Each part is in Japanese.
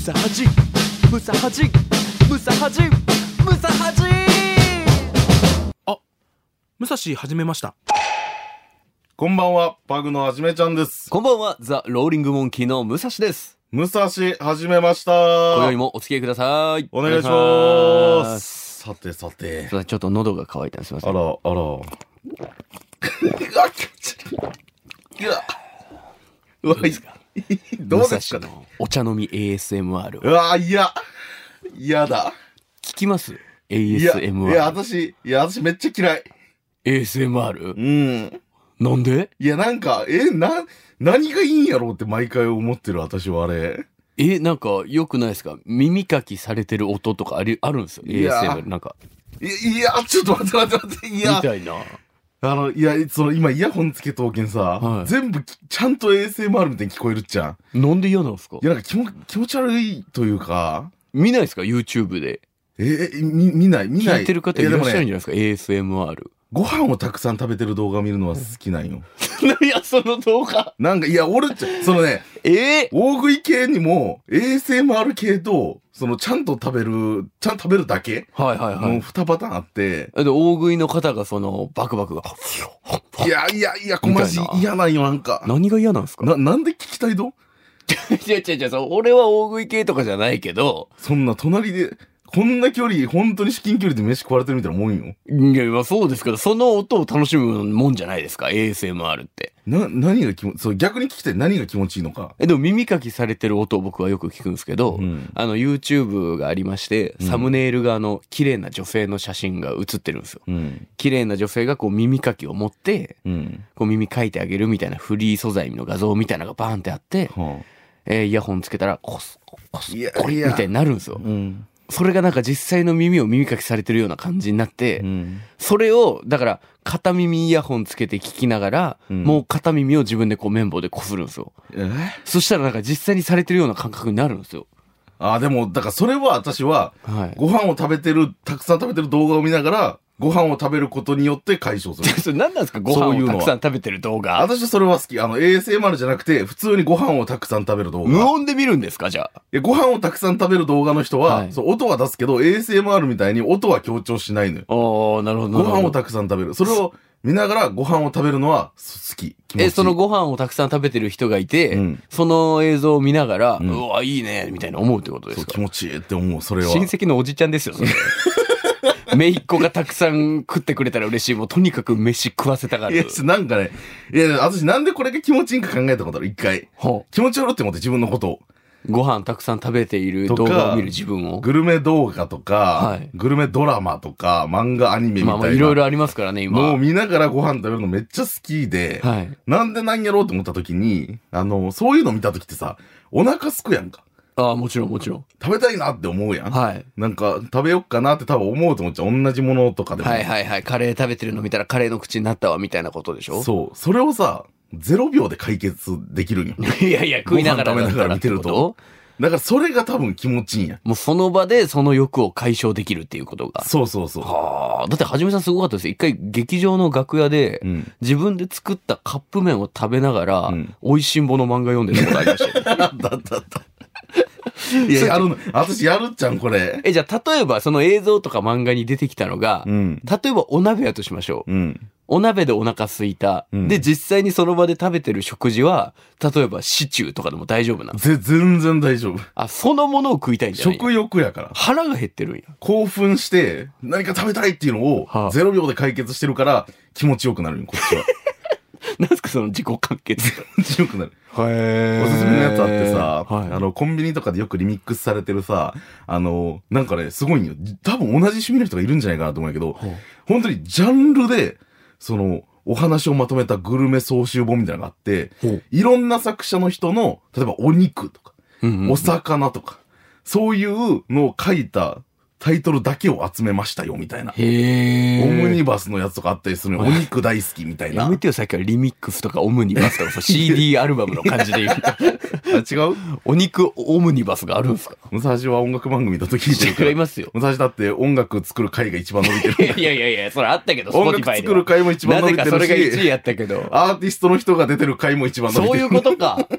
サハジムサハジムサハジムサハジ。あ、武蔵始めました。 こんばんは、パグのはじめちゃんです。 こんばんは、ザ・ローリングモンキーの武蔵です。 武蔵始めました。 今宵もお付き合いください。 お願いします。さてさて。 ちょっと喉が渇いたんです。すみません。 あら。うわ、いいですか。どうですかね。 お茶飲み ASMR。 うわ、嫌だ。 聞きます ASMR。 いや、私めっちゃ嫌い。 ASMR？ うん。 なんで？ いや、なんか、何がいいんやろうって毎回思ってる、私はあれ。 なんか、良くないですか？耳かきされてる音とかあるんですよ。ASMR。なんか。 いや、ちょっと待って。いや。 みたいな。 今イヤホンつけとうけんさ、 はい、 全部ちゃんと ASMR みたいに聞こえるっちゃん。 なんで嫌なんですか？ いや、なんか気持ち悪いというか。 見ないですか ?YouTube で。 見ない。 聞いてる方いらっしゃるんじゃないですか、ASMR。 ご飯をたくさん食べてる動画を見るのは好きなんよ。 いや、その動画。 なんか、いや、俺、そのね、大食い系にも ASMR 系と、ちゃんと食べるだけはいはいはい。 もう2パターンあって。 大食いの方がバクバクが。 いや、マジ嫌なんよ、なんか。 何が嫌なんですか？ なんで聞きたいの？ 違う、俺は大食い系とかじゃないけど。 そんな隣で、こんな距離、本当に至近距離で飯食われてるみたいなもんよ。 いや、まあそうですけど、その音を楽しむもんじゃないですか、ASMR って。 何が逆に聞きたい。何が気持ちいいのか。 でも耳かきされてる音を僕はよく聞くんですけど、YouTube がありまして、サムネイルが綺麗な女性の写真が写ってるんですよ。綺麗な女性がこう耳かきを持って、こう耳かいてあげるみたいなフリー素材の画像みたいなのがバーンってあって、イヤホンつけたら、コスコリみたいになるんですよ。それがなんか実際の耳を耳かきされてるような感じになって、それを、だから片耳イヤホンつけて聞きながら、もう片耳を自分でこう綿棒でこするんですよ。そしたらなんか実際にされてるような感覚になるんですよ。 でも、だからそれは私は、ご飯をたくさん食べてる動画を見ながら、ご飯を食べることによって解消する。 それ何なんですか？ご飯をたくさん食べてる動画。 私はそれは好き。ASMR じゃなくて、普通にご飯をたくさん食べる動画。 無音で見るんですか？じゃあ。 ご飯をたくさん食べる動画の人は、音は出すけど、ASMR みたいに音は強調しないのよ。 なるほど。 ご飯をたくさん食べる。それを見ながらご飯を食べるのは好き。気持ちいい。 そのご飯をたくさん食べてる人がいて、その映像を見ながら、うわ、いいね、みたいな思うってことですか？ 気持ちいいって思う、それは。 親戚のおじちゃんですよ、それ。姪っ子がたくさん食ってくれたら嬉しい。もうとにかく飯食わせたがる。 なんかね、私なんでこれが気持ちいいか考えたことある、一回。気持ち悪って思って自分のことを。 ご飯たくさん食べている動画を見る自分を。 グルメ動画とか、グルメドラマとか、漫画アニメみたいな。 いろいろありますからね、今。 もう見ながらご飯食べるのめっちゃ好きで、なんでなんやろうと思った時に、そういうの見た時ってさ、お腹すくやんか。 もちろん。食べたいなって思うやん。なんか、食べよっかなって多分思うと思っちゃう。同じものとかでも。 カレー食べてるの見たらカレーの口になったわ、みたいなことでしょ？ そう。それをさ、0秒で解決できるんよ。 いや、食いながら食べながら見てると。だからそれが多分気持ちいいんや。 もうその場でその欲を解消できるっていうことが。 そう。 だってはじめさんすごかったですよ。一回劇場の楽屋で、自分で作ったカップ麺を食べながら、美味しんぼの漫画読んでたことありましたよ。 だった。いや、私やるっちゃん、これ。 じゃあ、例えば、その映像とか漫画に出てきたのが、例えばお鍋やとしましょう。お鍋でお腹空いた。で、実際にその場で食べてる食事は、例えばシチューとかでも大丈夫なの？ 全然大丈夫。 そのものを食いたいんじゃない？ 食欲やから。 腹が減ってるんや。 興奮して、何か食べたいっていうのを、0秒で解決してるから、気持ちよくなるよ、こっちは。 なんすかその自己完結。 気持ちよくなる。おすすめのやつあってさ、コンビニとかでよくリミックスされてるさ、なんかね、すごいんよ。多分同じ趣味の人がいるんじゃないかなと思うんやけど、本当にジャンルで、お話をまとめたグルメ総集本みたいなのがあって、いろんな作者の人の、例えばお肉とか、お魚とか、そういうのを書いたタイトルだけを集めましたよ、みたいな。オムニバスのやつとかあったりするの。お肉大好きみたいな。 やめてよ、さっきからリミックスとかオムニバスとか、CD アルバムの感じで言う。 違う？ お肉オムニバスがあるんですか？ 武蔵は音楽番組だと聞いてるから。 違いますよ。 武蔵だって音楽作る回が一番伸びてる。 いや、それあったけど、 音楽作る回も一番伸びてるし。 なぜかそれが1位やったけど。 アーティストの人が出てる回も一番伸びてる。 そういうことか。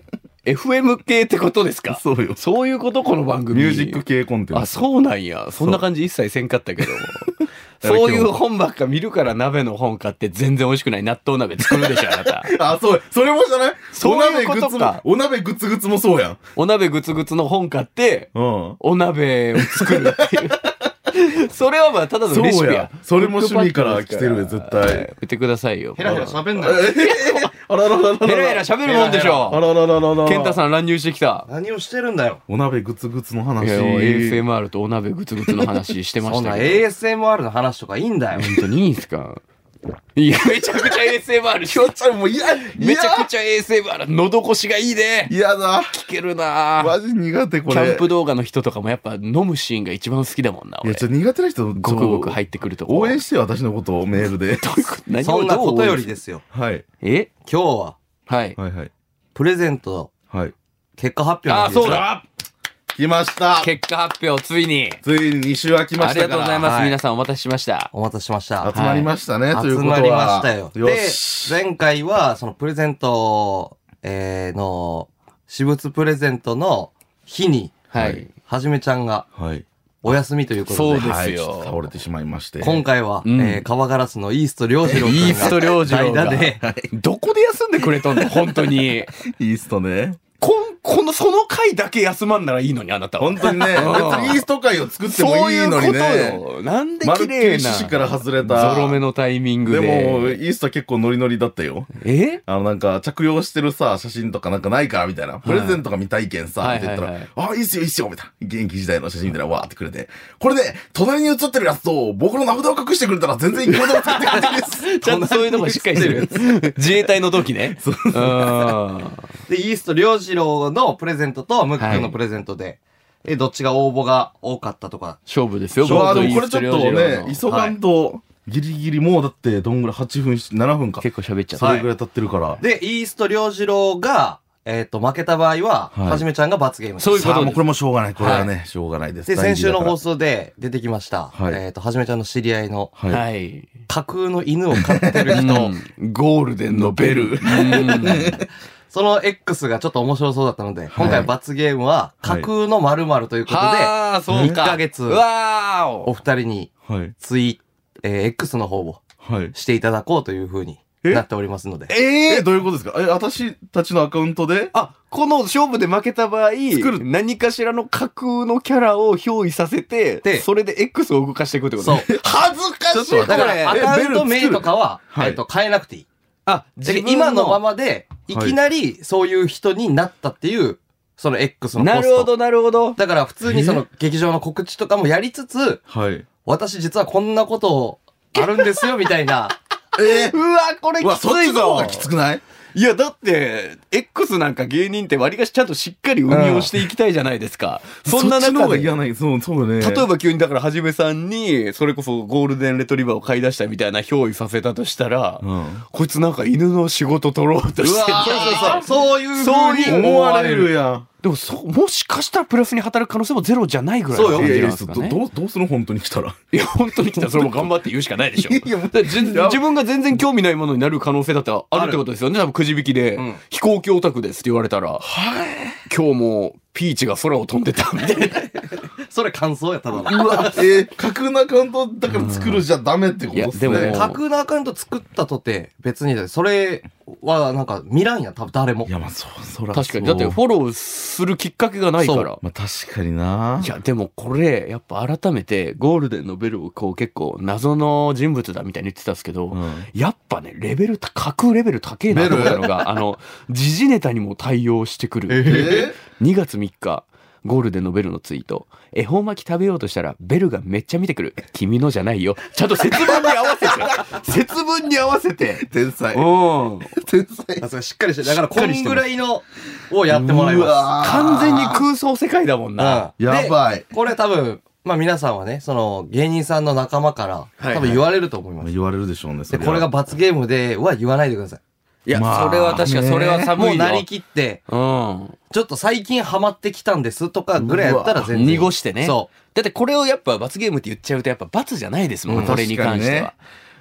FM 系ってことですか？ そうよ。 そういうことこの番組。 ミュージック系コンテンツ。 あ、そうなんや。そんな感じ一切せんかったけど。そういう本ばっか見るから鍋の本買って全然美味しくない納豆鍋作るでしょ、あなた。 あ、そう。それもじゃない？ そういうことか。 お鍋グツグツもそうやん。 お鍋グツグツの本買って、お鍋を作るっていう。それはまあただのレシピや。 それも趣味から来てるよ、絶対。 見てくださいよ。 ヘラヘラ喋んなよ。 あらららら。 ヘラヘラ喋るもんでしょ。 あららららら。 健太さん乱入してきた。 何をしてるんだよ。 お鍋グツグツの話。 いや、ASMR とお鍋グツグツの話してましたけど。 そんな ASMR の話とかいいんだよ。 本当にいいんすか？いや、めちゃくちゃ ASMR しよっちゃう。もう嫌。めちゃくちゃ ASMR。喉越しがいいね。 嫌だ。 聞けるな。 マジ苦手これ。 キャンプ動画の人とかもやっぱ飲むシーンが一番好きだもんな。 いや、苦手な人、 ごくごく入ってくるとこ。 応援してよ、私のことをメールで。 どういうこと？何をそんなことよりですよ。 はい。 今日は、 はい。 はいはい。 プレゼント、 はい。 結果発表あ、そうだ。 来ました。 結果発表、ついに。 ついに2週空きましたから。 ありがとうございます。皆さんお待たせしました。 お待たせしました。 集まりましたね、ということは。 集まりましたよ。 よで、 し。 前回は、そのプレゼント、の、私物プレゼントの日に、 はい。 はじめちゃんが、 はい。 お休みということで。 そうですよ。 はい、ちょっと倒れてしまいまして。 今回は、川ガラスのイースト良次郎君が。 イースト良次郎が。 代打で。 どこで休んでくれとんの本当に。 イーストね。 その回だけ休まんならいいのに、あなたは。 本当にね、別にイースト会を作ってもいいのにね。 そういうことよ。なんで綺麗な。 まるっきり趣旨から外れた。 ゾロ目のタイミングで。 でも、イースト結構ノリノリだったよ。なんか、着用してるさ、写真とかなんかないかみたいな。プレゼントが見たいけんさ、って言ったら、あ、いいっすよ、いいっすよ、みたいな。現役時代の写真みたいな、わーってくれて。これで、隣に写ってるやつと、僕の名札を隠してくれたら全然いくらでも使ってくれていいです。 ちゃんとそういうとこしっかりしてる。自衛隊の時ね。 で、イースト良次郎のプレゼントと、ムックのプレゼントで、どっちが応募が多かったとか。 勝負ですよ、 これちょっとね、急がんと、ギリギリもうだってどんぐらい8分、7分か。 結構喋っちゃった。 それぐらい経ってるから。 で、イースト良次郎が、負けた場合は、はじめちゃんが罰ゲーム。 そういうこともうこれもしょうがない。これはね、しょうがないです。 で、先週の放送で出てきました。 はじめちゃんの知り合いの、 はい。 架空の犬を飼ってる人。 ゴールデンのベル。 その X がちょっと面白そうだったので、今回罰ゲームは架空の〇〇ということで、1ヶ月、お二人にX の方をしていただこうという風になっておりますので。 どういうことですか？私たちのアカウントで？ この勝負で負けた場合、何かしらの架空のキャラを憑依させて、それで X を動かしていくってこと？ そう。 恥ずかしい。 だからアカウント名とかは、変えなくていい。今のままで、いきなりそういう人になったっていう、その X のポスト。 なるほど、なるほど。 だから普通にその劇場の告知とかもやりつつ、私実はこんなことあるんですよ、みたいな。 うわ、これきついぞ。 そっちの方がきつくない？ いや、だって、X なんか芸人って割りかしちゃんとしっかり運用していきたいじゃないですか。 そんな中で。そうね。 例えば急にだからはじめさんに、それこそゴールデンレトリバーを買い出したみたいな憑依させたとしたら、こいつなんか犬の仕事取ろうとしてる。 そういう風に思われるやん。 でももしかしたらプラスに働く可能性もゼロじゃないぐらいの感じなんですかね。 どうする本当に来たら。 いや、本当に来たらそれも頑張って言うしかないでしょ。自分が全然興味ないものになる可能性だってあるってことですよね。多分くじ引きで、飛行機オタクですって言われたら、今日もピーチが空を飛んでたみたいな。 それ感想やったの。 うわ、架空のアカウントだから作るじゃダメってことですね。 架空のアカウント作ったとて、別に、それはなんか見らんやん、多分誰も。 いや、まあそら確かに。だってフォローするきっかけがないから。 まあ確かにな。 いや、でもこれ、やっぱ改めて、ゴールデンのベルをこう結構謎の人物だみたいに言ってたんですけど、やっぱね、架空レベル高えなと思ったのが、時事ネタにも対応してくる。2月3日。ゴールデンのベルのツイート。恵方巻き食べようとしたら、ベルがめっちゃ見てくる。君のじゃないよ。ちゃんと節分に合わせて。節分に合わせて。 天才。 天才。しっかりして。だから、こんぐらいのをやってもらいます。 完全に空想世界だもんな。 やばい。 これ多分、まあ皆さんはね、その芸人さんの仲間から多分言われると思います。 言われるでしょうね。 で、これが罰ゲームでは言わないでください。 いや、それは確か、それは寒いよ。 もうなりきって、ちょっと最近ハマってきたんですとかぐらいやったら全然。 濁してね。そう。だってこれをやっぱ罰ゲームって言っちゃうとやっぱ罰じゃないですもん、これに関しては。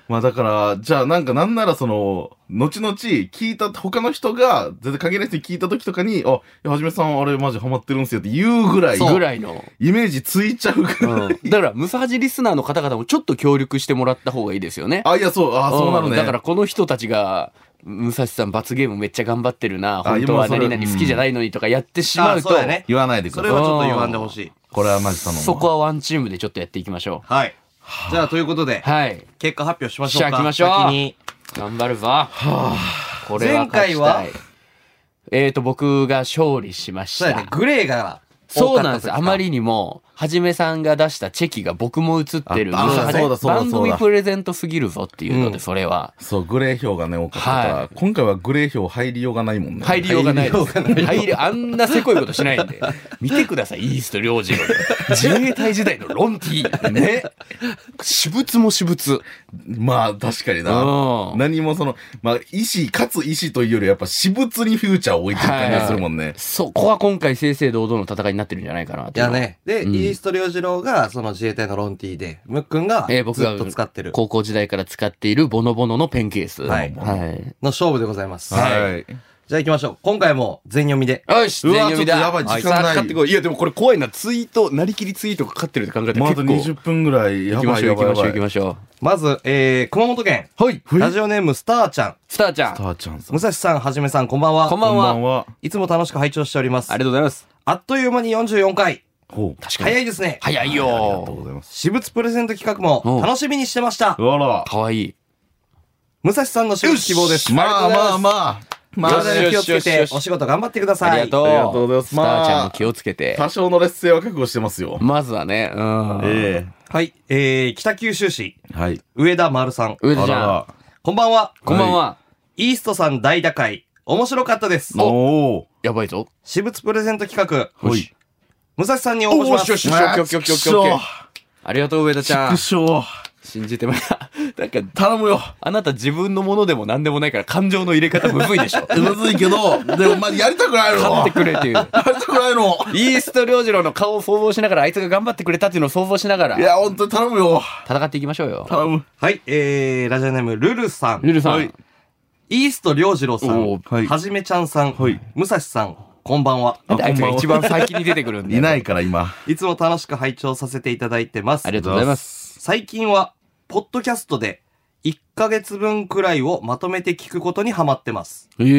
まあだから、じゃあなんなら後々聞いた、他の人が、全然限らない人に聞いた時とかに、はじめさんあれマジハマってるんすよって言うぐらいの、イメージついちゃうぐらい。 だから、ムサハジリスナーの方々もちょっと協力してもらった方がいいですよね。 いや、そうなるね。 だからこの人たちが、武蔵さん罰ゲームめっちゃ頑張ってるな、本当は何々好きじゃないのにとかやってしまうと、 言わないでください。 それはちょっと言わんでほしい。 これはマジ頼む。 そこはワンチームでちょっとやっていきましょう。はい。じゃあ、ということで、結果発表しましょうか。 行きましょう。先に。頑張るぞ。これは前回は僕が勝利しました。 そうやね。グレーがそうなんです。あまりにも、はじめさんが出したチェキが僕も映ってる。番組プレゼントすぎるぞっていうので、それは。 そう、グレー票がね、多かったから、今回はグレー票入りようがないもんね。 入りようがないです。あんなせこいことしないんで。見てください、イースト領事の。自衛隊時代のロンティー。ね。私物も私物。 まあ、確かにな。何もまあ、勝つ意思というより、やっぱ私物にフューチャーを置いてる感じがするもんね。 そこは今回正々堂々の戦いになってるんじゃないかな。いやね。で、イースト領事郎がその自衛隊のロンティーで、ムックンがずっと使ってる。 高校時代から使っているボノボノのペンケース。 はい。の勝負でございます。 はい。 じゃあ行きましょう。今回も全読みで。 よし、全読みだ。 やばい、時間ない。 いや、でもこれ怖いな。ツイート、なりきりツイートかかってるって考えたら結構。 あと20分ぐらい。 行きましょう、行きましょう。 まず、熊本県。 はい。 ラジオネーム、スターちゃん。 スターちゃん。 武蔵さん、はじめさん、こんばんは。 こんばんは。 いつも楽しく拝聴しております。 ありがとうございます。 あっという間に44回。 確かに。 早いですね。 早いよ。 ありがとうございます。 私物プレゼント企画も楽しみにしてました。 あら。 かわいい。 武蔵さんの私物希望です。 まあ。 気をつけて、お仕事頑張ってください。 ありがとうございます。スターちゃんも気をつけて。 多少の劣勢は覚悟してますよ。 まずはね。 はい。北九州市。 はい。 上田丸さん。 上田ちゃん。 こんばんは。 こんばんは。 イーストさん大打開。面白かったです。 おー。やばいぞ。 私物プレゼント企画。 はい。 武蔵さんに応募します。 よし。ありがとう、上田ちゃん。信じてました。なんか、 頼むよ。 あなた自分のものでも何でもないから感情の入れ方むずいでしょ。 むずいけど、でもまあやりたくないの。 勝ってくれっていう。 やりたくないの。 イースト領事郎の顔を想像しながら、あいつが頑張ってくれたっていうのを想像しながら。 いや、ほんとに頼むよ。 戦っていきましょうよ。 頼む。 はい、ラジオネーム、ルルさん。 ルルさん。 イースト領事郎さん。はじめちゃんさん。武蔵さん。こんばんは。 あいつが一番先に出てくるんで。 いないから今。 いつも楽しく拝聴させていただいてます。 ありがとうございます。 最近は、ポッドキャストで1ヶ月分くらいをまとめて聞くことにハマってます。 だから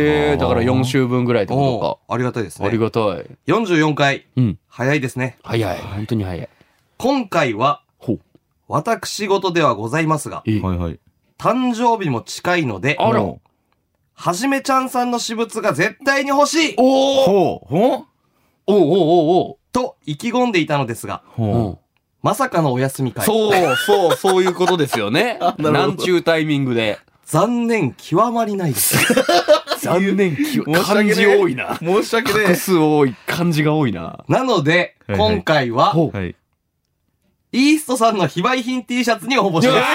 4週分ぐらいってことか。ありがたいですね。 ありがたい。 44回。早いですね。 早い。本当に早い。 今回は、私事ではございますが、誕生日も近いので、はじめちゃんさんの私物が絶対に欲しいと意気込んでいたのですが、まさかのお休み会。 そういうことですよね。なんちゅうタイミングで。 残念極まりないです。 残念漢字多いな。 申し訳ねえ。 画数多い、漢字が多いな。 なので、今回は、イーストさんの非売品 T シャツに応募します。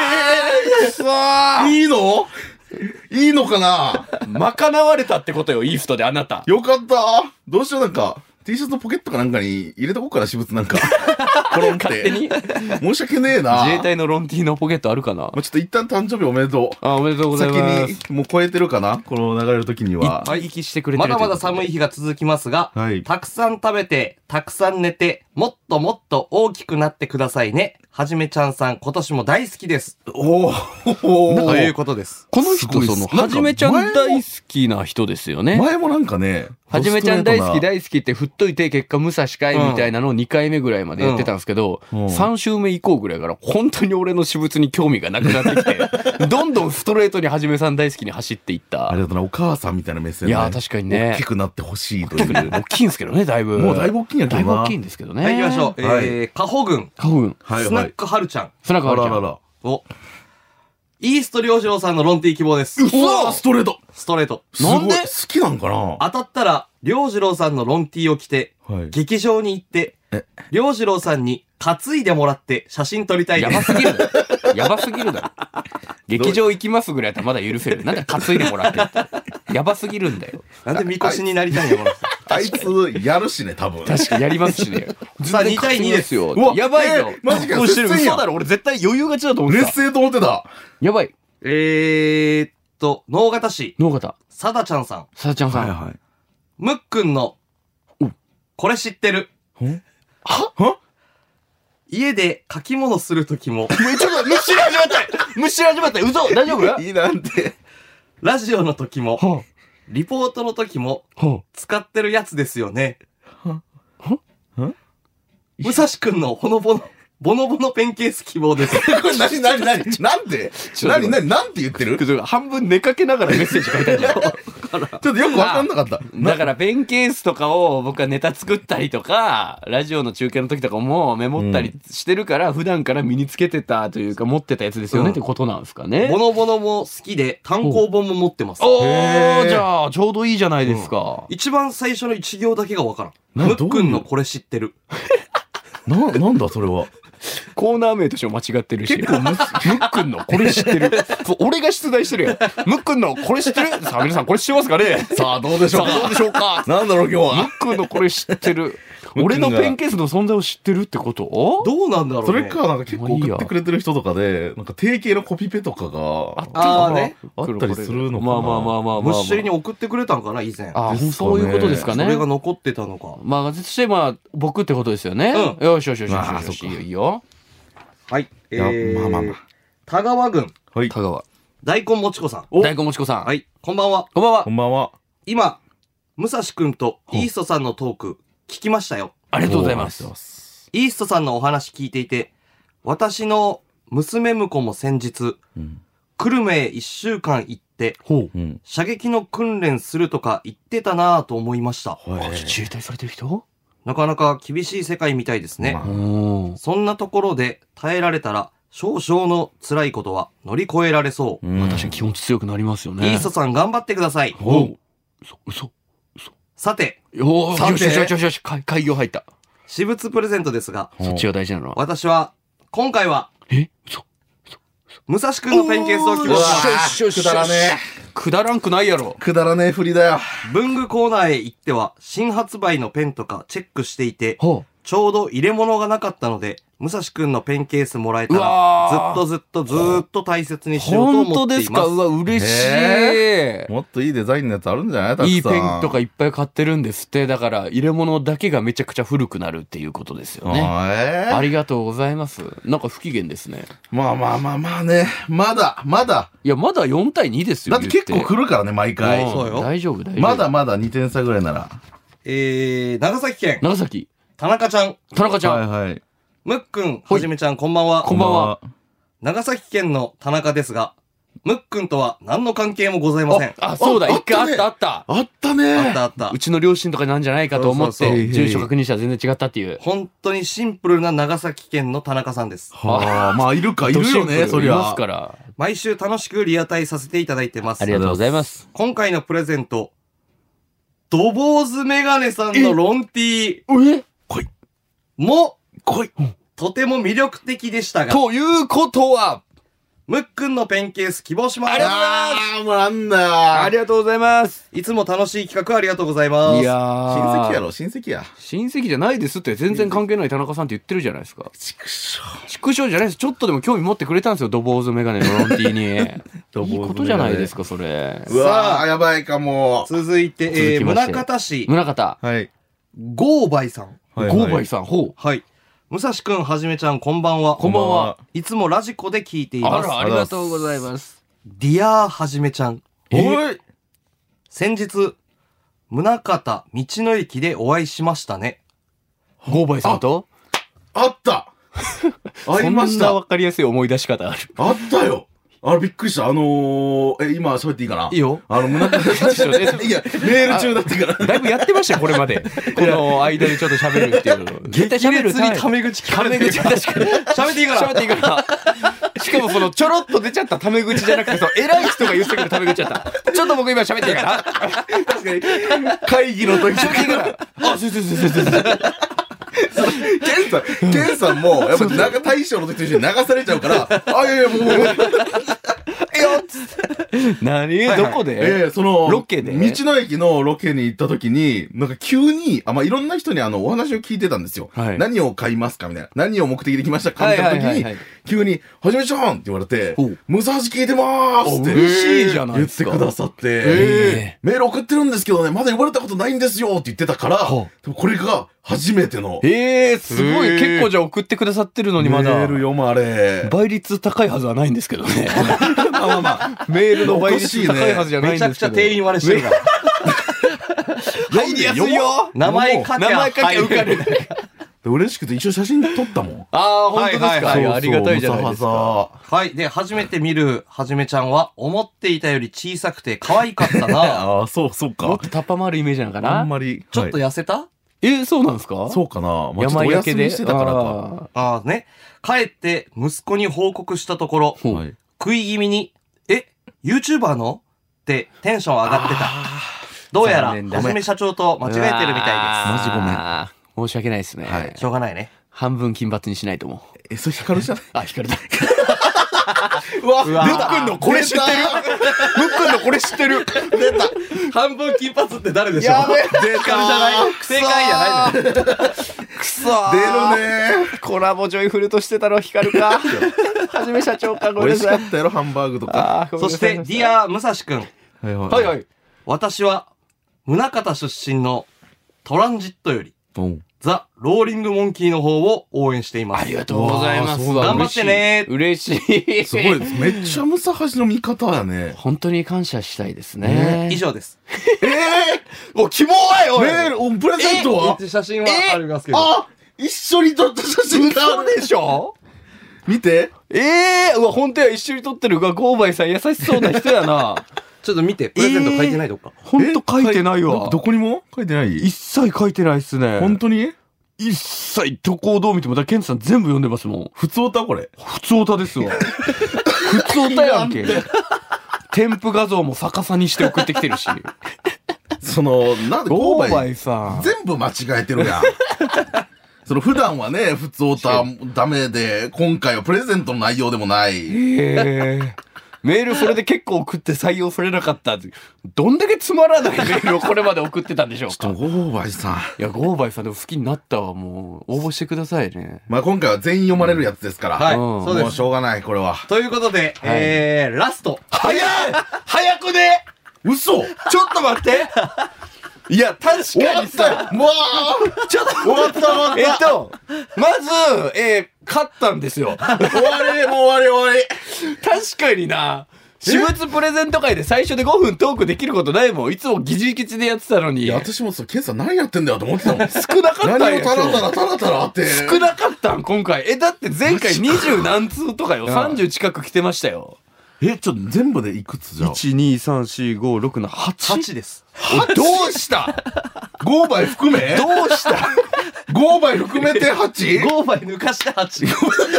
いいのいいのかな。 賄われたってことよ、イーストであなた。 よかった。どうしよう、なんか。T シャツのポケットかなんかに入れとこうかな、私物なんか。コロンって。 勝手に申し訳ねえな。 自衛隊のロンティーのポケットあるかな。 ちょっと一旦誕生日おめでとう。 おめでとうございます。 先に、もう超えてるかなこの流れる時には。 一息してくれてる。 まだまだ寒い日が続きますが、たくさん食べて、たくさん寝て、もっともっと大きくなってくださいね。はじめちゃんさん、今年も大好きです。 ということです。 この人、はじめちゃん大好きな人ですよね。 前もなんかね、 はじめちゃん大好きって振っといて結果武蔵かいみたいなのを2回目ぐらいまでやってたんですけど、3週目以降ぐらいから本当に俺の私物に興味がなくなってきて、どんどんストレートにはじめさん大好きに走っていった。 ありがとうな、お母さんみたいな目線で。いや、確かにね。 大きくなってほしいという。 大きいんですけどね、だいぶ。 もうだいぶ大きいんやけどな。 だいぶ大きいんですけどね。 はい、行きましょう。カホ郡。 カホ郡。 スナックはるちゃん。 スナックはるちゃん。 イースト領事郎さんのロンティー希望です。 ストレート。 ストレート。 なんで好きなんかな。 当たったら、領事郎さんのロンティーを着て、劇場に行って、領事郎さんに担いでもらって写真撮りたいです。 やばすぎる。やばすぎるだろ。劇場行きますぐらいだったらまだ許せる。なんで担いでもらってって。やばすぎるんだよ。 なんでみこしになりたいんだ、この人。 あいつやるしね、多分。 確かにやりますしね。 さあ、2対2ですよ。 やばいよ。 マジかよ。 嘘だろ。俺絶対余裕勝ちだと思ってた。 劣勢と思ってた。 やばい。 直方市。 直方。 さだちゃんさん。 さだちゃんさん。 はいはい。 むっくんの、これ知ってる。 は家で書き物するときも、 ちょっと、虫始まった嘘大丈夫いいなんて。 ラジオの時も、リポートの時も、使ってるやつですよね。武蔵くんのボノボノペンケース希望です。 これ何なんでなんて言ってる？ 半分寝かけながらメッセージ書いたんじゃん。 ちょっとよくわかんなかった。 だからペンケースとかを僕はネタ作ったりとか、ラジオの中継の時とかもメモったりしてるから、普段から身につけてたというか持ってたやつですよねってことなんですかね。 ボノボノも好きで単行本も持ってます。 おー、じゃあちょうどいいじゃないですか。 一番最初の一行だけがわからん。むっくんのこれ知ってる。 なんだそれは。 コーナー名としても間違ってるし。むっくんのこれ知ってる。俺が出題してるよ。むっくんのこれ知ってる。さあ皆さんこれ知ってますかね。 さあどうでしょうか。なんだろう今日は。 むっくんのこれ知ってる。俺のペンケースの存在を知ってるってこと？ どうなんだろうね。 それか、なんか結構送ってくれてる人とかで、なんか定型のコピペとかがあったりするのかな。 まあ。 むっしりに送ってくれたんかな、以前。 そういうことですかね。 それが残ってたのか。 まあ、そして僕ってことですよね。よし。いいよ。 はい。 まあ。 田川郡。 はい。 田川。 大根もちこさん。 大根もちこさん。 はい。こんばんは。 こんばんは。 こんばんは。 今、武蔵くんとイーストさんのトーク、聞きましたよ。 ありがとうございます。 イーストさんのお話聞いていて、私の娘婿も先日、久留米へ1週間行って、射撃の訓練するとか言ってたなぁと思いました。 自衛隊されてる人？ なかなか厳しい世界みたいですね。そんなところで耐えられたら、少々の辛いことは乗り越えられそう。 確かに気持ち強くなりますよね。 イーストさん頑張ってください。 嘘。 さて。 よし。開業入った。 私物プレゼントですが。 そっちが大事なのは。 私は、今回は、武蔵くんのペンケースを希望します。 くだらねえ。 くだらんくないやろ。 くだらねえふりだよ。 文具コーナーへ行っては、新発売のペンとかチェックしていて、ちょうど入れ物がなかったので、武蔵くんのペンケースもらえたら、ずっと大切にしようと思っています。 本当ですか？うわ、嬉しい。 もっといいデザインのやつあるんじゃない？たくさん。 いいペンとかいっぱい買ってるんですって。だから、入れ物だけがめちゃくちゃ古くなるっていうことですよね。ありがとうございます。なんか不機嫌ですね。 まあね。まだ。 いや、まだ4対2ですよ。 だって結構来るからね、毎回。 そうよ。 大丈夫。 まだ2点差ぐらいなら。 長崎県。 長崎。 田中ちゃん。 はい。 むっくん、はじめちゃん、こんばんは。 こんばんは。 長崎県の田中ですが、むっくんとは何の関係もございません。 そうだ、一回あった。 あったね。 あった。 うちの両親とかなんじゃないかと思って、住所確認したら全然違ったっていう。 本当にシンプルな長崎県の田中さんです。 まあ、いるよね、そりゃ。いますから。 毎週楽しくリアタイさせていただいてます。 ありがとうございます。 今回のプレゼント、ドボーズメガネさんのロンティー。とても魅力的でしたが。 ということは、 むっくんのペンケース希望します。 ありがとうございます。 もうなんだよ。 ありがとうございます。 いつも楽しい企画ありがとうございます。 いやー。親戚や。 親戚じゃないですって全然関係ない田中さんって言ってるじゃないですか。畜生じゃないです。ちょっとでも興味持ってくれたんですよ、ドボーズメガネのロンティーに。いいことじゃないですか、それ。 うわー、やばいかも。 続いて、宗像市。 宗像。 はい。 ゴーバイさん。 ゴーバイさん、 はい。武蔵くん、はじめちゃん、こんばんは。 こんばんは。 いつもラジコで聞いています。 ありがとうございます。 ディアーはじめちゃん。先日、宗像道の駅でお会いしましたね。 ゴーバイさんと？ あった会いました。 そんなわかりやすい思い出し方ある。 あったよ。びっくりした。今喋っていいかな？ いいよ。 いや、メール中だってから。 だいぶやってましたよ、これまで。この間にちょっと喋るっていうの。 絶対喋る。にタメ口聞かれてる。 確かに。 喋っていいから。 しかもちょろっと出ちゃったタメ口じゃなくて、偉い人が言ってくるタメ口だった。ちょっと僕今喋っていいかな？ 確かに。会議の時喋っていいから。そう。 ケンさんも、やっぱ大将の時と一緒に流されちゃうから、いや、もう。 よっつって。 どこでロケで道の駅のロケに行った時に、なんか急に、いろんな人にお話を聞いてたんですよ。何を買いますかみたいな。何を目的で来ましたかみたいな時に、急に、はじめちゃんって言われて、ムサハジ聞いてまーすって。 嬉しいじゃないですか。 言ってくださって、メール送ってるんですけどね、まだ呼ばれたことないんですよって言ってたから、これが初めての。 すごい。結構じゃあ送ってくださってるのにまだ。 メール読まれ。 倍率高いはずはないんですけどね。メールの倍率高いはずじゃないんですけど。 めちゃくちゃ店員割れしてるから。 入りやすいよ。 名前書きゃ受かる。 嬉しくて一緒写真撮ったもん。 本当ですか。ありがたいじゃないですか。 はい。で、初めて見るはじめちゃんは、思っていたより小さくて可愛かったな。 そうか。 もっとタッパ回るイメージなのかな。 あんまり。 ちょっと痩せた？ そうなんですか？ そうかな。 山焼けでしてたからか。 ね。帰って息子に報告したところ、食い気味に、YouTuber のってテンション上がってた。どうやら、はじめ社長と間違えてるみたいです。 マジごめん。 申し訳ないですね。 しょうがないね。 半分金髪にしないと思う。それ光じゃない？ 光だ。 うわ、 ムックンのこれ知ってる？ムックンのこれ知ってる？ 出た。半分金髪って誰でしょう？ やべえ。 光じゃない。正解じゃないの。 くそ出るね。 コラボジョイフルとしてたの光か。はじめ社長か。 ごめんなさい。美味しかったやろ、ハンバーグとか。 そして、ディア・ムサシ君。 はい。 私は、宗像出身のトランジットより、ザ・ローリング・モンキーの方を応援しています。 ありがとうございます。 頑張ってね。 嬉しい。 すごいです。めっちゃムサハジの味方やね。 本当に感謝したいですね。 以上です。 もう希望はよ。 メール、プレゼントは写真はありますけど。 一緒に撮った写真があるでしょ？ 見て。 うわ、本当や、一緒に撮ってるが、ゴーバイさん優しそうな人やな。 ちょっと見て、プレゼント書いてないどっか。 ほんと書いてないわ。 どこにも書いてない？ 一切書いてないっすね。 本当に？ 一切どこをどう見ても、ケントさん全部読んでますもん。 普通オタこれ。 普通オタですわ。普通オタやんけ。添付画像も逆さにして送ってきてるし。 なんでゴーバイさん。 全部間違えてるやん。普段はね、普通オタダメで、今回はプレゼントの内容でもない。 メールそれで結構送って採用されなかった。どんだけつまらないメールをこれまで送ってたんでしょうか。 ゴーバイさん。 いや、ゴーバイさんでも好きになったわ。もう、応募してくださいね。 今回は全員読まれるやつですから。 はい。そうです。 もうしょうがない、これは。 ということで、ラスト。 早くね。 嘘。 ちょっと待って。いや、確かにさ、 もうちょっと、 終わったまず、勝ったんですよ。 終わり。 確かにな。私物プレゼント会で最初で5分トークできることないもん。いつもギチギチでやってたのに。 いや、私もケンさん何やってんだよと思ってたもん。 少なかったんや。 何をタラタラって。 少なかったん、今回。だって前回20何通とかよ。30近く来てましたよ。 ちょっと全部でいくつじゃん。 1、2、3、4、5、6、7、8。 8です。 どうしたゴーバイ含めどうしたゴーバイ含めて 8？ ゴーバイ抜かして8。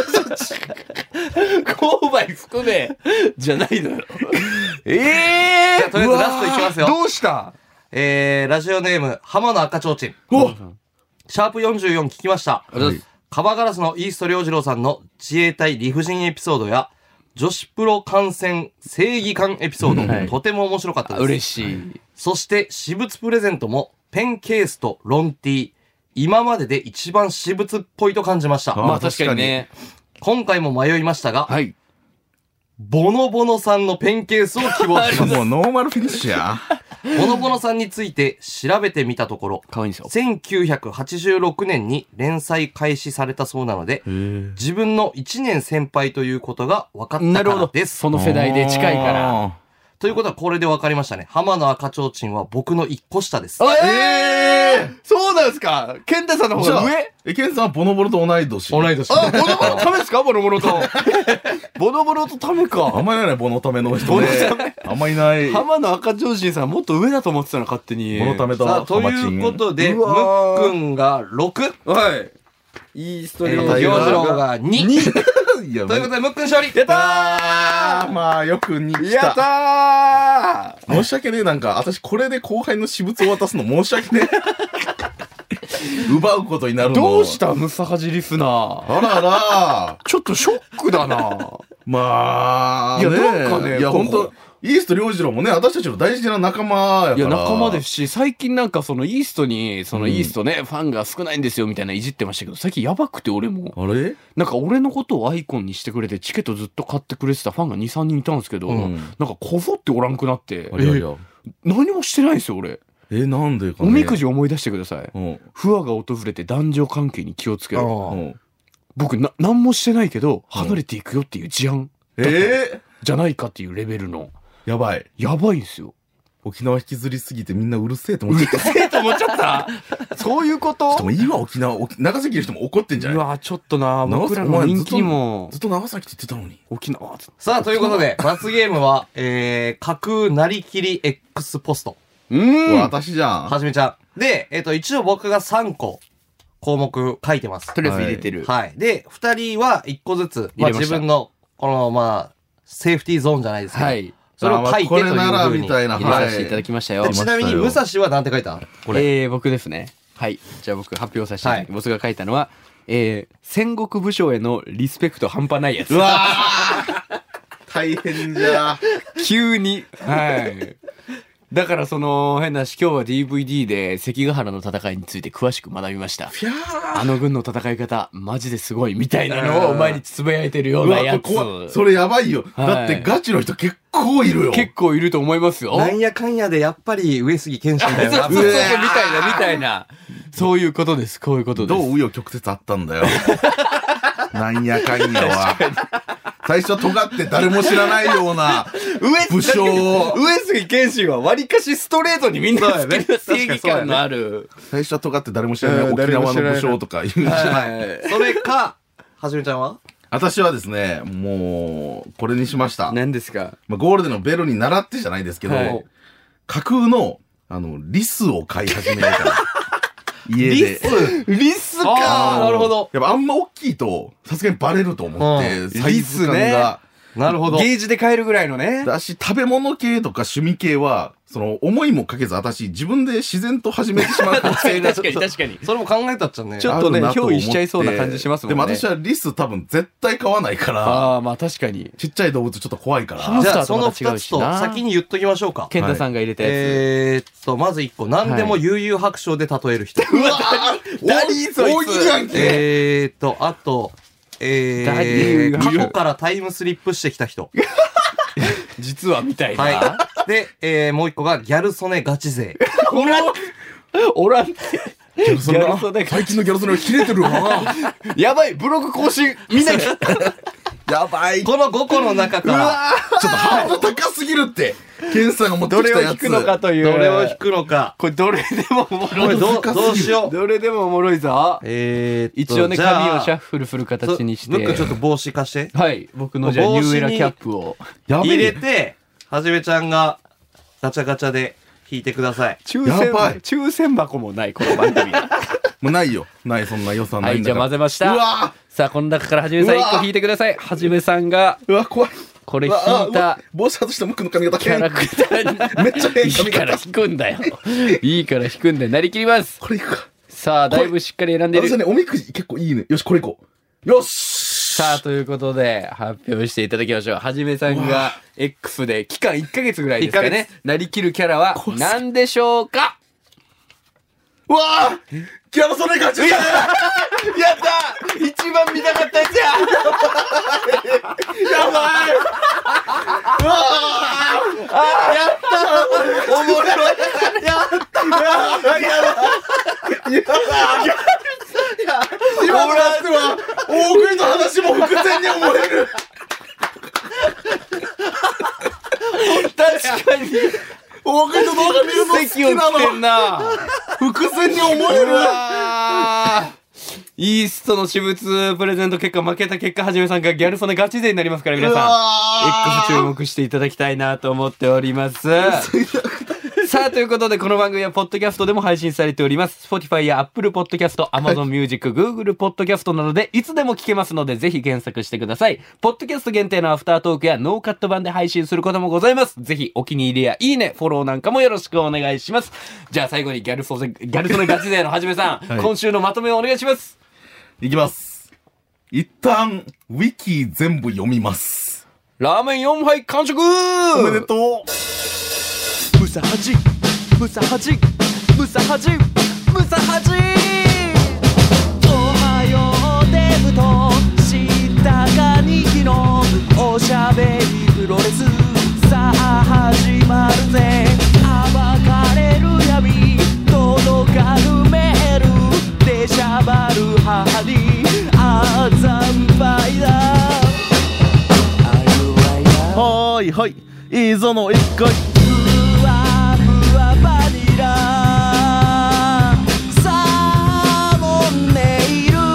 ゴーバイ含めじゃないのよ。 とりあえずラストいきますよ。 どうした？ ラジオネーム、浜野赤ちょうちん。シャープ44聞きました。カバガラスのイースト良次郎さんの自衛隊理不尽エピソードや、女子プロ観戦正義感エピソード、とても面白かったです。 嬉しい。 そして私物プレゼントもペンケースとロンティー、今までで一番私物っぽいと感じました。 まあ確かにね。 今回も迷いましたが、 はい。 ボノボノさんのペンケースを希望します。 もうノーマルフィニッシュや。 ボノボノさんについて調べてみたところ、 かわいいんですよ。 1986年に連載開始されたそうなので、自分の1年先輩ということが分かったからです。 その世代で近いから。 ということはこれで分かりましたね。浜野赤ちょうちんは僕の1個下です。 そうなんですか。ケンタさんの方が上？ ケンさんはボノボノと同い年。 同い年。 ボノボノためですか？ボノボノと。ボノボノとためか。 あんまりいないボノための人ね。あんまりいない。 浜野赤ちょうちんさんもっと上だと思ってたの、勝手に。 ボノためとさあ、ということで、ムックンが6。 はい。イースト良次郎が2。ということで、ムックン勝利。 やったー。まあ、よく2来た。 やったー。申し訳ねえ、なんか、私これで後輩の私物を渡すの申し訳ねえ。奪うことになるの。 どうしたムサハジリスナー。 あらら。 ちょっとショックだな。 まあ、 いや、なんかね、 いや、本当イースト良次郎もね、私たちの大事な仲間やから。いや、 仲間ですし、最近なんかそのイーストに、そのイーストね、ファンが少ないんですよみたいないじってましたけど、最近やばくて俺も。 あれなんか俺のことをアイコンにしてくれて、チケットずっと買ってくれてたファンが2、3人いたんですけど、なんかこぞっておらんくなって、何もしてないんですよ、俺。 なんでかね。 おみくじ思い出してください。不和が訪れて男女関係に気をつけろ。僕何もしてないけど、離れていくよっていう事案。じゃないかっていうレベルの。 やばい。 やばいんですよ。 沖縄引きずりすぎてみんなうるせえと思っちゃった。 うるせえと思っちゃったそういうことでもいいわ、沖縄。長崎の人も怒ってんじゃないうわ、ちょっとな、僕らの人気にも。 ずっと長崎って言ってたのに。 沖縄。 さあ、ということで、罰ゲームは、架空なりきり X ポスト。 私じゃん。 はじめちゃん。で、一応僕が3個項目書いてます。 とりあえず入れてる。 はい。で、2人は1個ずつ、まあ自分の、この、セーフティーゾーンじゃないですけど。はい。それを書いてというふうに入れさせていただきましたよ。 ちなみに、武蔵は何て書いたこれ。僕ですね。はい。じゃあ僕発表させていただきます。僕が書いたのは、戦国武将へのリスペクト半端ないやつ。 うわ大変じゃ。 急に。はい。だからその変な話、今日は DVD で関ヶ原の戦いについて詳しく学びました。あの軍の戦い方マジですごいみたいなのを毎日つぶやいてるようなやつ。 それやばいよ。だってガチの人結構いるよ。 結構いると思いますよ。 なんやかんやでやっぱり上杉謙信だよな。 そうみたいな。そういうことです。こういうことです。 どう紆余曲折あったんだよ。なんやかんやは。最初尖って誰も知らないような武将。 上杉謙信は割かしストレートにみんな好きな正義感のある。 最初は尖って誰も知らない沖縄の武将とか言うんじゃない。 それか、はじめちゃんは私はですね、もう、これにしました。 何ですか？ ゴールデンのベルに習ってじゃないですけど、架空の、リスを飼い始めるから。家で。 リスか。 なるほど。 やっぱあんま大きいと、さすがにバレると思って、サイズ感が。 なるほど。 ゲージで買えるぐらいのね。 だし、食べ物系とか趣味系は、思いもかけず、私、自分で自然と始めてしまうかもしれない。 確かに。 それも考えたっちゃね。 ちょっとね、憑依しちゃいそうな感じしますもんね。 でも私はリス多分絶対飼わないから。 ああ、まあ確かに。 ちっちゃい動物ちょっと怖いから。 じゃあ、その2つと先に言っときましょうか。 健太さんが入れたやつ。まず1個。何でも悠々白書で例える人。 うわ何そいつ。 あと、過去からタイムスリップしてきた人。 実はみたいな。 はい。で、もう一個がギャル曽根ガチ勢。 おらんって。 ギャル曽根最近のギャル曽根は切れてるわ。 やばい、ブログ更新。みんなやばい。 この5個の中から。 ちょっとハードル高すぎるって。ケンさんが持ってきたやつ。 どれを引くのかという。 どれを引くのか。 これどれでもおもろい。 どうしよう。 どれでもおもろいぞ。一応ね、紙をシャッフルする形にして。 僕ちょっと帽子貸して。 はい。僕のじゃあニューエラキャップを。 入れて、はじめちゃんがガチャガチャで引いてください。 抽選箱もない、この番組。 もうないよ。ない、そんな予算ないんだから。 はい、じゃあ混ぜました。うわさあ、この中からはじめさん1個引いてください。はじめさんが。 うわ、怖い。 これ引いた。 帽子外した僕の髪型キャラクターに。めっちゃ変。いいから引くんだよ。いいから引くんで、なりきります。 これいくか。 さあ、だいぶしっかり選んでる。 私ね、おみくじ結構いいね。よし、これいこう。よしさあ、ということで、発表していただきましょう。はじめさんが X で期間1ヶ月ぐらいですかね。なりきるキャラは何でしょうか？ うわぁギャル曽根ガチ勢やった一番見たかったやつややばいうわぁやったおもろいやった今のやつは大食いの話も伏線に思える確かに大食いの動画見るの好きなの伏線に思えるイーストの私物プレゼント結果負けた結果はじめさんがギャル曽根ガチ勢になりますから皆さん X 注目していただきたいなと思っておりますさあということでこの番組はポッドキャストでも配信されております Spotify や Apple Podcast、Amazon Music、Google Podcast などでいつでも聞けますのでぜひ検索してくださいポッドキャスト限定のアフタートークやノーカット版で配信することもございますぜひお気に入りやいいねフォローなんかもよろしくお願いしますじゃあ最後にギャル曽根ガチ勢のはじめさん、はい、今週のまとめをお願いしますいきます一旦ウィキ全部読みますラーメン4杯完食。 おめでとう。 ムサハジムサハジムサハジムサハジ。おはようデブとしたかにきのおしゃべりプロレスさあ始まるぜ。暴かれる闇届かぬメールでしゃばる母にあざんぱいだ。 はいはいいいぞの一回。 ふわふわバニラサーモンネイル。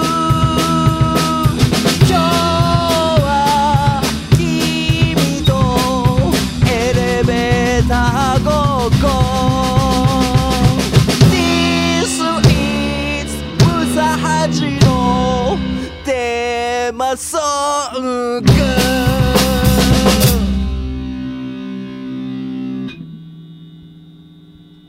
今日は君とエレベーターごっこ。 This is ムサハジのテーマソング。